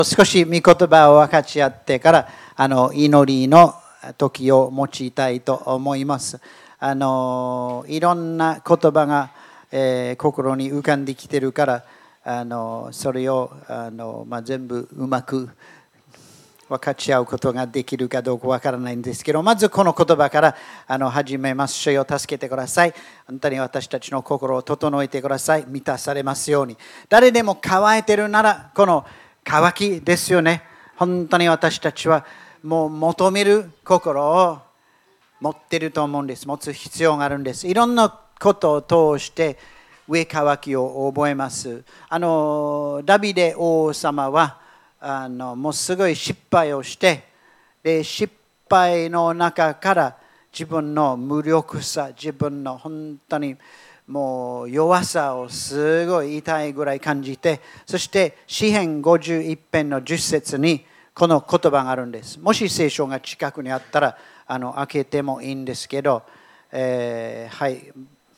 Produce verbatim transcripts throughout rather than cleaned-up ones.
少し御言葉を分かち合ってからあの祈りの時を用いたいと思います。あのいろんな言葉が、えー、心に浮かんできてるからあのそれをあの、まあ、全部うまく分かち合うことができるかどうか分からないんですけど、まずこの言葉からあの始めます。主よ助けてください。本当に私たちの心を整えてください。満たされますように。誰でも乾いてるならこの渇きですよね。本当に私たちはもう求める心を持っていると思うんです。持つ必要があるんです。いろんなことを通して上渇きを覚えます。あのダビデ王様はあのもうすごい失敗をして、で失敗の中から自分の無力さ、自分の本当にもう弱さをすごい痛いぐらい感じて、そして詩編ごじゅういち編のじゅっ節にこの言葉があるんです。もし聖書が近くにあったらあの開けてもいいんですけど、えー、はい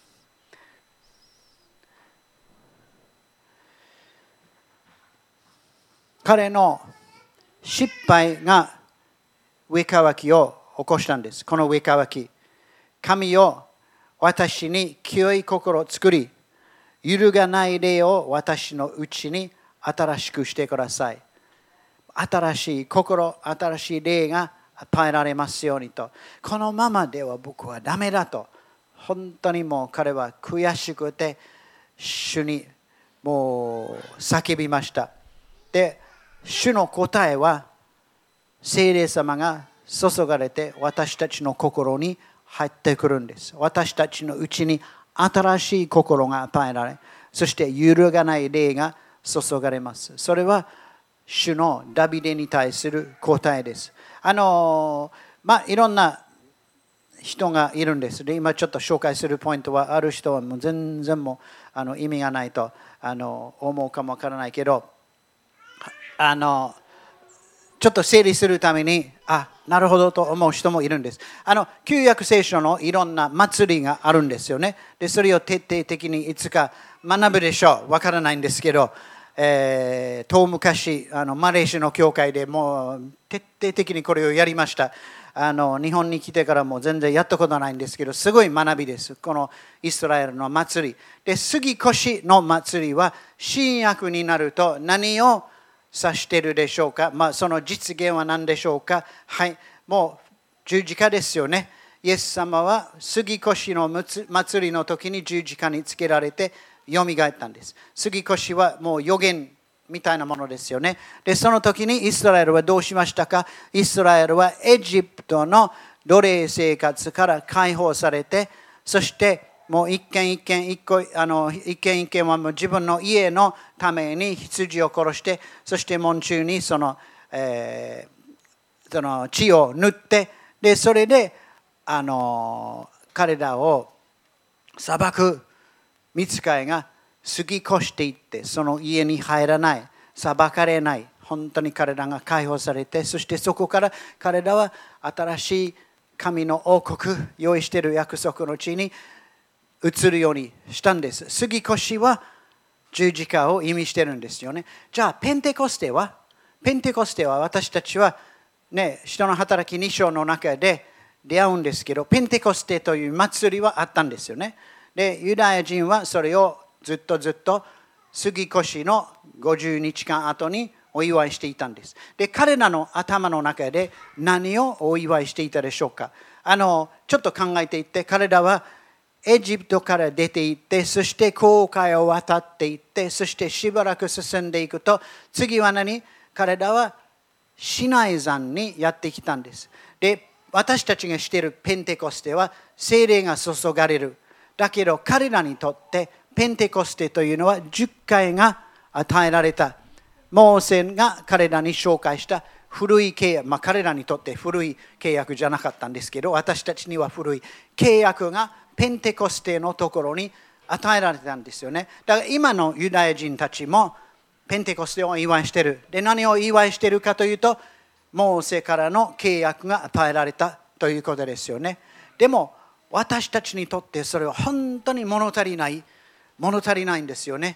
彼の失敗が上渇きを起こしたんです。この上渇き、神よ私に清い心を作り、揺るがない霊を私のうちに新しくしてください。新しい心、新しい霊が与えられますようにと。このままでは僕はダメだと。本当にもう彼は悔しくて主にもう叫びました。で、主の答えは聖霊様が注がれて私たちの心に入ってくるんです。私たちのうちに新しい心が与えられ、そして揺るがない霊が注がれます。それは主のダビデに対する答えです。あのまあいろんな人がいるんです。で今ちょっと紹介するポイントは、ある人はもう全然もうあの意味がないとあの思うかもわからないけど、あのちょっと整理するために、あ、なるほどと思う人もいるんです。あの旧約聖書のいろんな祭りがあるんですよね。でそれを徹底的にいつか学ぶでしょう。わからないんですけど、えー、遠昔あのマレーシアの教会でもう徹底的にこれをやりました。あの日本に来てからも全然やったことないんですけど、すごい学びです。このイスラエルの祭りで、杉越の祭りは新約になると何を指しているでしょうか。まあ、その実現は何でしょうか。はい、もう十字架ですよね。イエス様は杉越の祭りの時に十字架につけられてよみがえったんです。杉越はもう予言みたいなものですよね。で、その時にイスラエルはどうしましたか。イスラエルはエジプトの奴隷生活から解放されて、そしてもう一軒一軒一個あの一軒一軒はもう自分の家のために羊を殺して、そして門中にその、えー、その血を塗って、でそれであの彼らを裁く御使いが過ぎ越していって、その家に入らない、裁かれない、本当に彼らが解放されて、そしてそこから彼らは新しい神の王国、用意している約束の地に移るようにしたんです。杉越は十字架を意味してるんですよね。じゃあペンテコステはペンテコステは私たちはね、人の働きに章の中で出会うんですけど、ペンテコステという祭りはあったんですよね。で、ユダヤ人はそれをずっとずっと杉越のごじゅうにちかん後にお祝いしていたんです。で、彼らの頭の中で何をお祝いしていたでしょうか。あのちょっと考えていって、彼らはエジプトから出て行って、そして紅海を渡っていって、そしてしばらく進んでいくと、次は何？彼らはシナイ山にやってきたんです。で、私たちがしているペンテコステは聖霊が注がれる。だけど彼らにとってペンテコステというのはじゅっかいが与えられた。モーセが彼らに紹介した古い契約、まあ、彼らにとって古い契約じゃなかったんですけど、私たちには古い契約がペンテコステのところに与えられたんですよね。だから今のユダヤ人たちもペンテコステを祝いしている。で、何を祝いしているかというと、モーセからの契約が与えられたということですよね。でも私たちにとってそれは本当に物足りない、物足りないんですよね。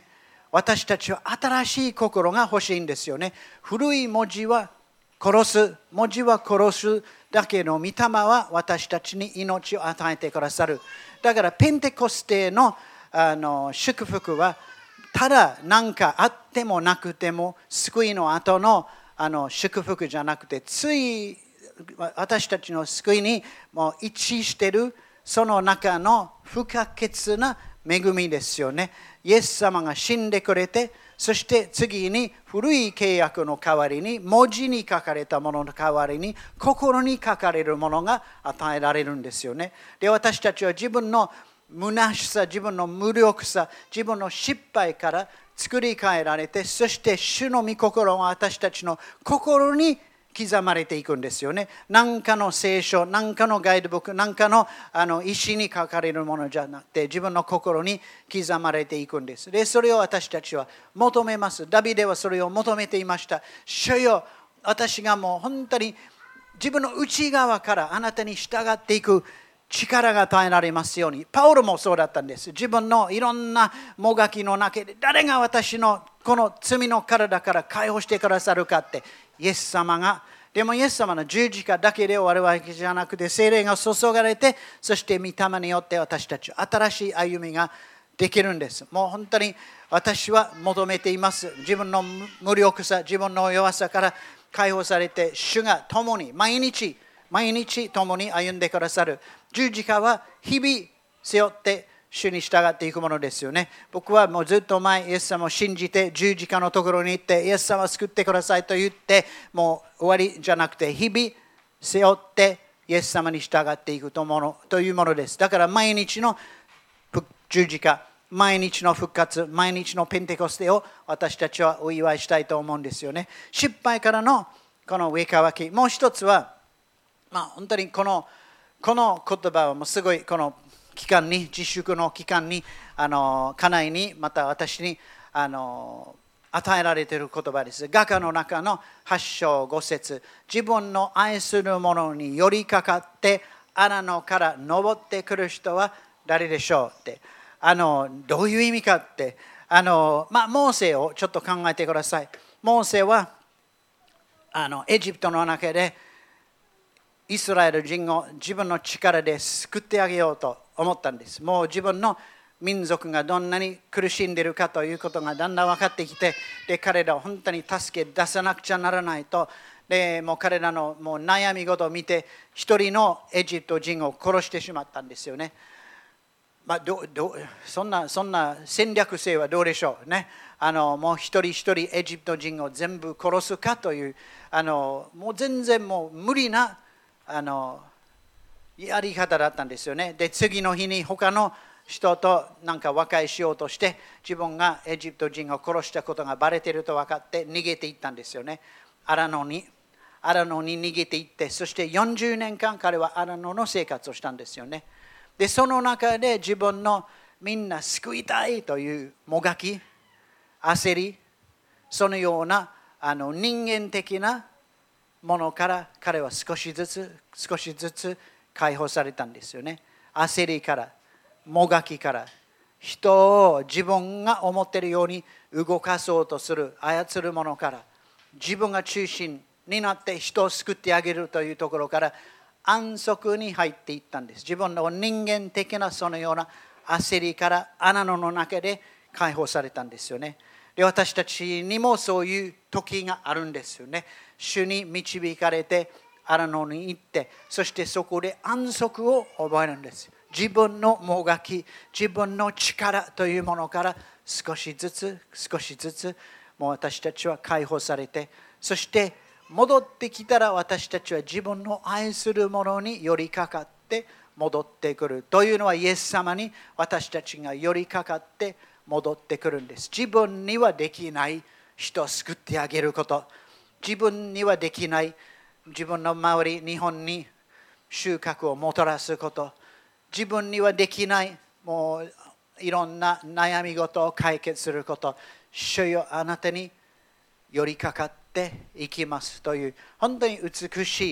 私たちは新しい心が欲しいんですよね。古い文字は殺す、文字は殺すだけの御霊は私たちに命を与えてくださる。だからペンテコステの、あの祝福はただ何かあってもなくても救いの後の、あの祝福じゃなくて、つい私たちの救いにもう一致しているその中の不可欠な恵みですよね。イエス様が死んでくれて、そして次に古い契約の代わりに、文字に書かれたものの代わりに心に書かれるものが与えられるんですよね。で、私たちは自分の虚しさ、自分の無力さ、自分の失敗から作り変えられて、そして主の御心が私たちの心に刻まれていくんですよね。何かの聖書、何かのガイドブック、何かの、あの石に書かれるものじゃなくて、自分の心に刻まれていくんです。で、それを私たちは求めます。ダビデはそれを求めていました。主よ、私がもう本当に自分の内側からあなたに従っていく力が与えられますように。パウロもそうだったんです。自分のいろんなもがきの中で、誰が私のこの罪の体から解放してくださるかって、イエス様が。でもイエス様の十字架だけで終わるわけじゃなくて、聖霊が注がれて、そして御霊によって私たち新しい歩みができるんです。もう本当に私は求めています。自分の無力さ、自分の弱さから解放されて、主が共に毎日毎日共に歩んでくださる。十字架は日々背負って主に従っていくものですよね。僕はもうずっと前、イエス様を信じて十字架のところに行って、イエス様を救ってくださいと言って、もう終わりじゃなくて、日々背負ってイエス様に従っていくというものです。だから毎日の十字架、毎日の復活、毎日のペンテコステを私たちはお祝いしたいと思うんですよね。失敗からのこの上乾き、もう一つは、まあ、本当にこの、この言葉はもうすごいこの期間に、自粛の期間に、あの家内にまた私にあの与えられている言葉です。画家の中のはち章ご節、自分の愛する者に寄りかかって荒野から登ってくる人は誰でしょうって、あのどういう意味かって、あの、まあ、モーセをちょっと考えてください。モーセはあのエジプトの中でイスラエル人を自分の力で救ってあげようと思ったんです。もう自分の民族がどんなに苦しんでいるかということがだんだん分かってきて、で彼らを本当に助け出さなくちゃならないと、でもう彼らのもう悩み事を見て、一人のエジプト人を殺してしまったんですよね。まあ、どどそんなそんな戦略性はどうでしょうね。あのもう一人一人エジプト人を全部殺すかという、あのもう全然もう無理なあのやり方だったんですよね。で、次の日に他の人となんか和解しようとして、自分がエジプト人を殺したことがバレていると分かって逃げていったんですよね。荒野に、荒野に逃げていって、そしてよんじゅうねんかん彼は荒野の生活をしたんですよね。で、その中で自分のみんな救いたいというもがき、焦り、そのようなあの人間的なものから彼は少しずつ少しずつ解放されたんですよね。焦りから、もがきから、人を自分が思っているように動かそうとする操るものから、自分が中心になって人を救ってあげるというところから安息に入っていったんです。自分の人間的なそのような焦りから穴の中で解放されたんですよね。で、私たちにもそういう時があるんですよね。主に導かれて荒野に行って、そしてそこで安息を覚えるんです。自分のもがき、自分の力というものから少しずつ少しずつもう私たちは解放されて、そして戻ってきたら私たちは自分の愛するものに寄りかかって戻ってくるというのは、イエス様に私たちが寄りかかって戻ってくるんです。自分にはできない人を救ってあげること、自分にはできない自分の周り日本に収穫をもたらすこと、自分にはできないもういろんな悩み事を解決すること、主よあなたに寄りかかっていきますという本当に美しい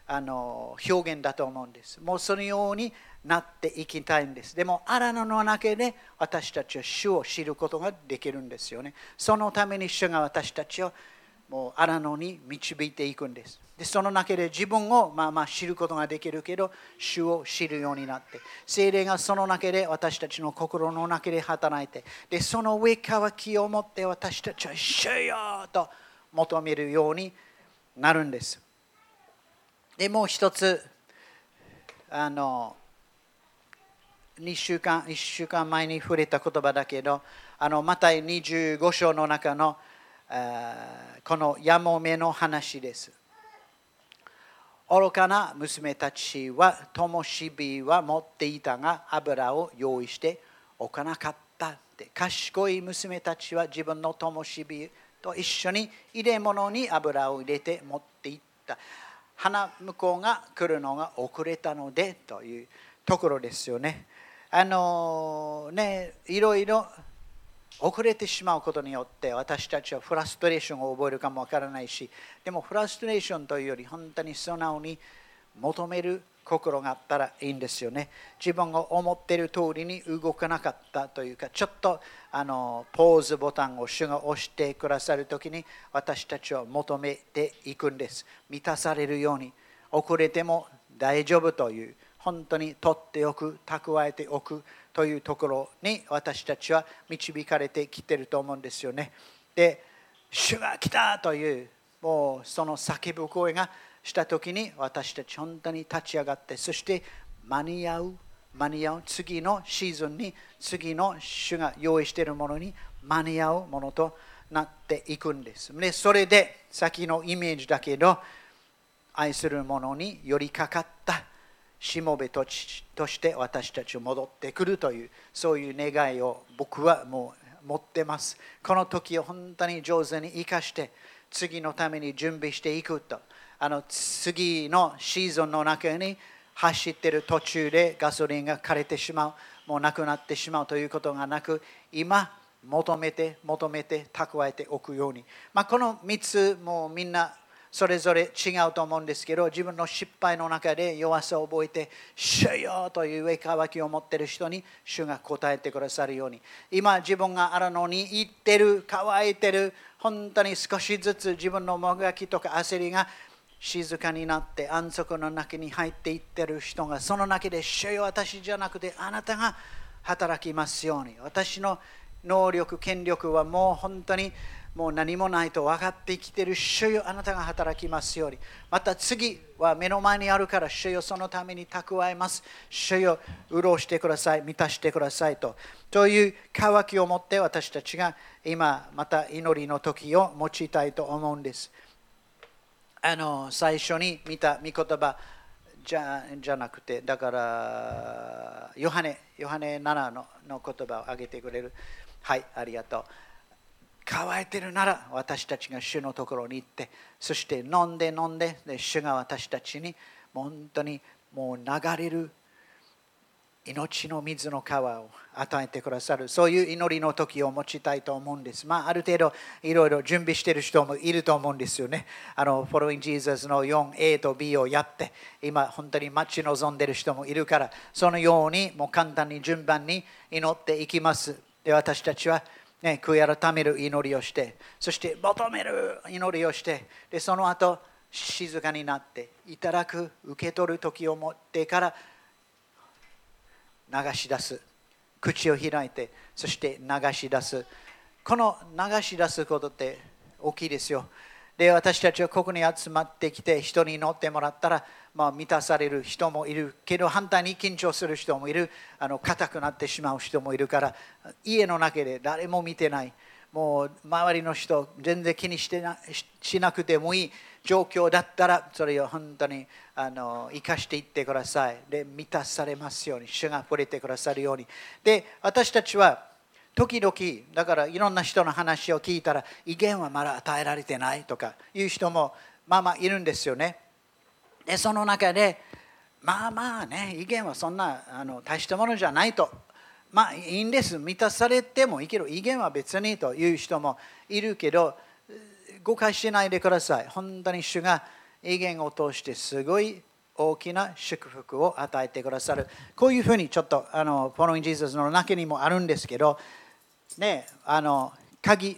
あの表現だと思うんです。もうそのようになっていきたいんです。でも荒野の中で私たちは主を知ることができるんですよね。そのために主が私たちをもう荒野に導いていくんです。でその中で自分をまあまあ知ることができるけど、主を知るようになって、聖霊がその中で私たちの心の中で働いて、でその上乾きを持って私たちは主よと求めるようになるんです。でもう一つ、あの2週間、いっしゅうかんまえに触れた言葉だけど、あのマタイにじゅうご章の中のこのやもめの話です。愚かな娘たちは灯火は持っていたが油を用意しておかなかったって。賢い娘たちは自分の灯火と一緒に入れ物に油を入れて持っていった。花婿が来るのが遅れたのでというところですよね。あのね、いろいろ遅れてしまうことによって私たちはフラストレーションを覚えるかもわからないし、でもフラストレーションというより本当に素直に求める心があったらいいんですよね。自分が思っている通りに動かなかったというか、ちょっとあのポーズボタンを主が押してくださるときに私たちは求めていくんです。満たされるように、遅れても大丈夫という、本当に取っておく、蓄えておくというところに私たちは導かれてきていると思うんですよね。で、主が来たというもうその叫ぶ声がしたときに私たち本当に立ち上がって、そして間に合う間に合う次のシーズンに、次の主が用意しているものに間に合うものとなっていくんです。でそれで先のイメージだけど、愛する者に寄りかかったしもべとして私たちを戻ってくるという、そういう願いを僕はもう持ってます。この時を本当に上手に生かして次のために準備していくと、あの次のシーズンの中に走っている途中でガソリンが枯れてしまう、もうなくなってしまうということがなく、今求めて求めて蓄えておくように、まあ、このみっつもうみんなそれぞれ違うと思うんですけど、自分の失敗の中で弱さを覚えて主よという上乾きを持っている人に主が答えてくださるように、今自分が荒野に行ってる、乾いてる、本当に少しずつ自分のもがきとか焦りが静かになって安息の中に入っていってる人が、その中で主よ私じゃなくてあなたが働きますように、私の能力権力はもう本当にもう何もないと分かってきている主よあなたが働きますように、また次は目の前にあるから主よそのために蓄えます、主よ潤してください、満たしてくださいと、という渇きを持って私たちが今また祈りの時を持ちたいと思うんです。あの最初に見た御言葉じ ゃ, じゃなくて、だからヨハネヨハネなな の, の言葉を挙げてくれる。はい、ありがとう。乾いてるなら私たちが主のところに行って、そして飲んで飲んで、で主が私たちに本当にもう流れる命の水の川を与えてくださる、そういう祈りの時を持ちたいと思うんです。まあ、ある程度いろいろ準備している人もいると思うんですよね。あの Following Jesus の フォーエー と ビー をやって今本当に待ち望んでいる人もいるから、そのようにもう簡単に順番に祈っていきます。で私たちはね、悔い改める祈りをして、そして求める祈りをして、でその後静かになっていただく、受け取る時を持ってから流し出す、口を開いてそして流し出す、この流し出すことって大きいですよ。で私たちはここに集まってきて人に祈ってもらったら、まあ、満たされる人もいるけど、反対に緊張する人もいる、あの硬くなってしまう人もいるから、家の中で誰も見てない、もう周りの人全然気にしてなしなくてもいい状況だったら、それを本当にあの生かしていってください。で満たされますように、主が触れてくださるように。で私たちは時々だからいろんな人の話を聞いたら、威厳はまだ与えられてないとかいう人もまあまあいるんですよね。でその中でまあまあね、威厳はそんなあの大したものじゃないと、まあいいんです、満たされてもいいけど威厳は別にという人もいるけど、誤解しないでください。本当に主が異言を通してすごい大きな祝福を与えてくださる。こういうふうにちょっとあの Following Jesus の中にもあるんですけど、ね、あの鍵、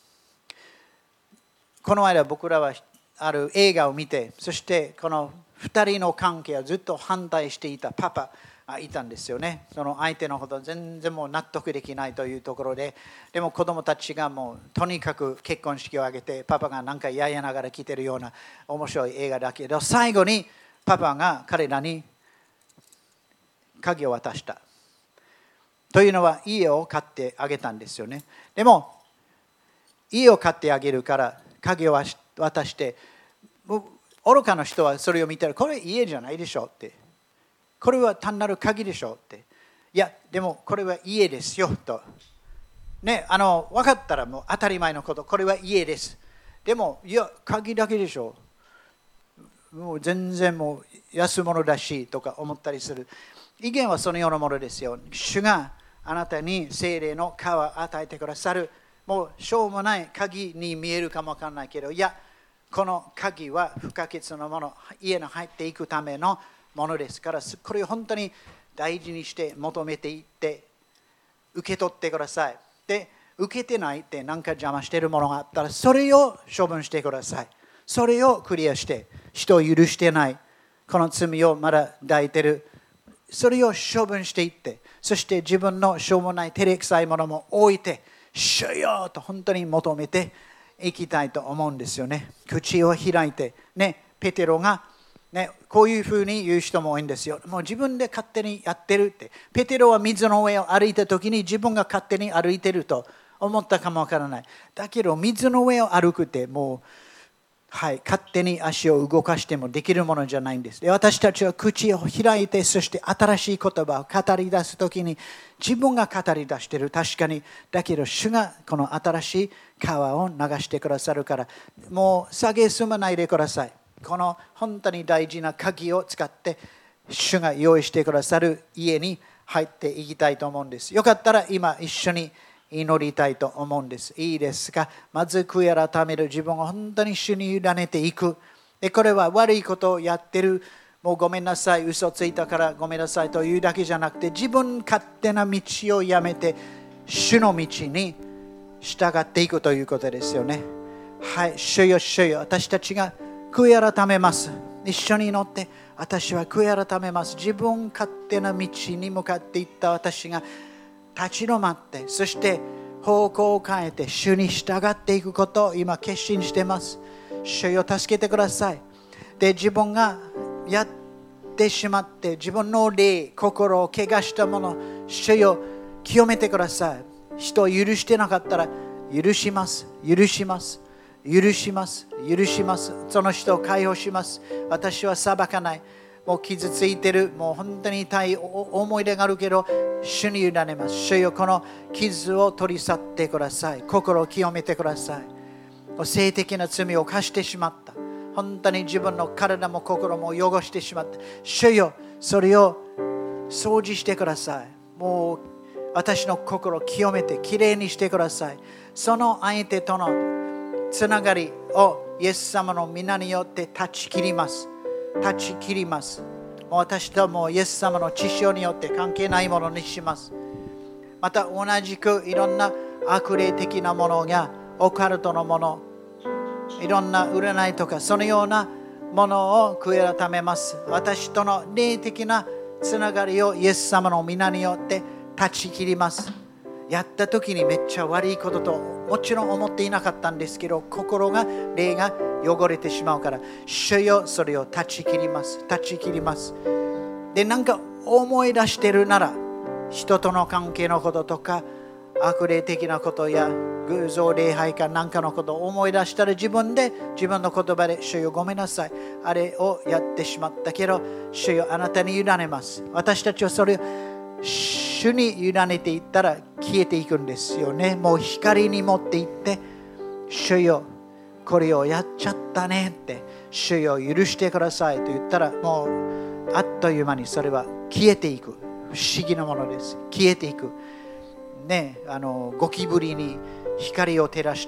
この間僕らはある映画を見て、そしてこのふたりの関係をずっと反対していたパパがいたんですよね。その相手のこと全然もう納得できないというところで、でも子供たちがもうとにかく結婚式を挙げて、パパがなんかややながら来てるような面白い映画だけど、最後にパパが彼らに鍵を渡した。というのは家を買ってあげたんですよね。でも家を買ってあげるから鍵を渡して、愚かな人はそれを見たら、これ家じゃないでしょって。これは単なる鍵でしょって。いや、でもこれは家ですよと。ね、あの、分かったらもう当たり前のこと。これは家です。でも、いや、鍵だけでしょ。もう全然もう安物だしとか思ったりする。意見はそのようなものですよ。主があなたに聖霊の皮を与えてくださる。もうしょうもない鍵に見えるかもわからないけど、いや、この鍵は不可欠なもの、家に入っていくためのものですから、これを本当に大事にして求めていって受け取ってください。で、受けてないって何か邪魔しているものがあったら、それを処分してください。それをクリアして、人を許してない、この罪をまだ抱いている、それを処分していって、そして自分のしょうもない照れくさいものも置いて、主よと本当に求めていきたいと思うんですよね。口を開いて、ね、ペテロが、ね、こういうふうに言う人も多いんですよ。もう自分で勝手にやってるって。ペテロは水の上を歩いた時に自分が勝手に歩いてると思ったかもわからない。だけど水の上を歩くってもう、はい、勝手に足を動かしてもできるものじゃないんです。で、私たちは口を開いて、そして新しい言葉を語り出すときに自分が語り出している。確かに。だけど主がこの新しい川を流してくださるから、もう下げすまないでください。この本当に大事な鍵を使って主が用意してくださる家に入っていきたいと思うんです。よかったら今一緒に祈りたいと思うんです。いいですか？まず悔い改める、自分を本当に主に委ねていく。で、これは悪いことをやってる、もうごめんなさい、嘘ついたからごめんなさいというだけじゃなくて、自分勝手な道をやめて主の道に従っていくということですよね。はい、主よ主よ、私たちが悔い改めます。一緒に祈って、私は悔い改めます。自分勝手な道に向かっていった私が立ち止まって、そして方向を変えて主に従っていくことを今決心しています。主よ助けてください。で、自分がやってしまって自分の霊、心を汚したもの、主よ清めてください。人を許してなかったら許します、許します許します許します。その人を解放します。私は裁かない。もう傷ついてる、もう本当に痛い思い出があるけど、主に委ねます。主よ、この傷を取り去ってください。心を清めてください。性的な罪を犯してしまった。本当に自分の体も心も汚してしまった。主よ、それを掃除してください。もう私の心を清めてきれいにしてください。その相手とのつながりをイエス様の皆によって断ち切ります。断ち切ります。もう私ともイエス様の血潮によって関係ないものにします。また同じくいろんな悪霊的なものやオカルトのもの、いろんな占いとかそのようなものを悔い改めます。私との霊的なつながりをイエス様の皆によって断ち切ります。やった時にめっちゃ悪いことともちろん思っていなかったんですけど、心が霊が汚れてしまうから、主よそれを断ち切ります断ち切ります。で、なんか思い出してるなら、人との関係のこととか悪霊的なことや偶像礼拝かなんかのことを思い出したら、自分で自分の言葉で、主よごめんなさい、あれをやってしまったけど主よあなたに委ねます。私たちはそれを主に委ねていったら消えていくんですよね。もう光に持っていって、主よこれをやっちゃったねって、主よ許してくださいと言ったら、もうあっという間にそれは消えていく。不思議なものです。消えていくね。あのゴキブリに光を照らしたら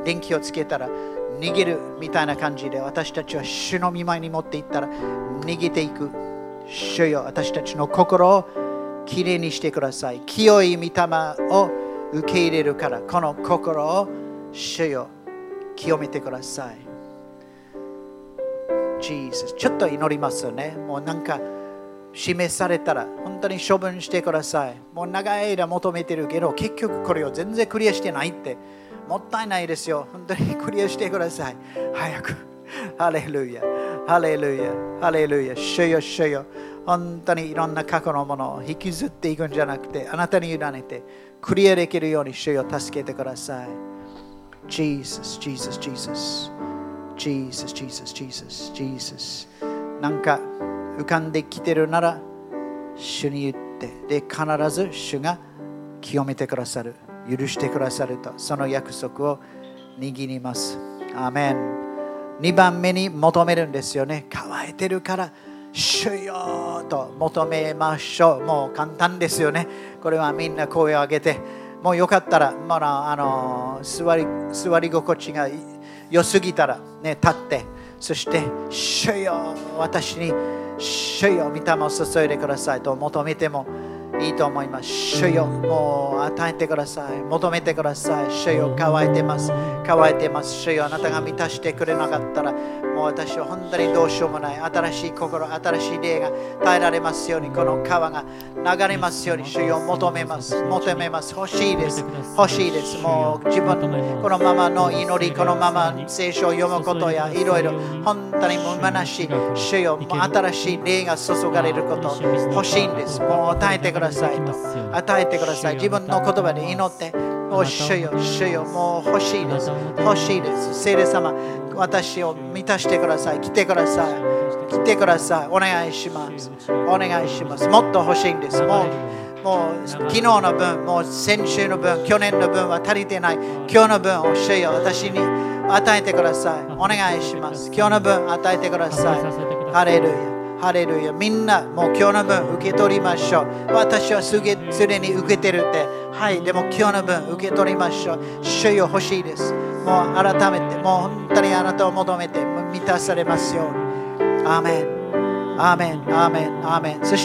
電気をつけたら逃げるみたいな感じで、私たちは主の御前に持っていったら逃げていく。主よ、私たちの心をきれいにしてください。清い御霊を受け入れるから、この心を主よ、清めてください。Jesus、ちょっと祈りますよね。もうなんか示されたら本当に処分してください。もう長い間求めてるけど、結局これを全然クリアしてないって、もったいないですよ。本当にクリアしてください。早く。ハレルヤ、ハレルヤ、ハレルヤ。主よ、主よ。本当にいろんな過去のものを引きずっていくんじゃなくて、あなたに委ねてクリアできるように主よ、助けてください。Jesus、Jesus、Jesus、Jesus、Jesus、Jesus、Jesus。なんか浮かんできてるなら、主に言って、で、必ず主が清めてくださる、許してくださると、その約束を握ります。アーメン。にばんめに求めるんですよね。乾いてるから、主よと求めましょう。もう簡単ですよね。これはみんな声を上げて、もうよかったら、まあ、あの座り、座り心地が良すぎたら、ね、立って、そして、主よ、私に、主よ、御霊を注いでくださいと求めてもいいと思います。主よ、もう与えてください。求めてください。主よ、乾いてます。乾いてます。主よ、あなたが満たしてくれなかったら、もう私は本当にどうしようもない。新しい心、新しい霊が耐えられますように、この川が流れますように、主よ、求めます。求めます。欲しいです。欲しいです。もう自分、このままの祈り、このまま聖書を読むことや、いろいろ、本当にむなしい。主よ、もう新しい霊が注がれること、欲しいんです。もう与えてくださいと。与えてください。自分の言葉で祈って、お主よ、主よ、もう欲しいです。欲しいです。聖霊様、私を満たしてください。来てください。来てください。お願いします。お願いします。もっと欲しいんです。もう、もう昨日の分、もう先週の分、去年の分は足りてない。今日の分を主よ、私に与えてください。お願いします。今日の分与えてください。ハレルヤ。ハレルヤ。みんなもう今日の分受け取りましょう。私はすでに受けてるって。はい、でも今日の分受け取りましょう。主よ、欲しいです。もう改めて、もう本当にあなたを求めて満たされますように。アーメン。アーメン。アーメン。アーメン。そして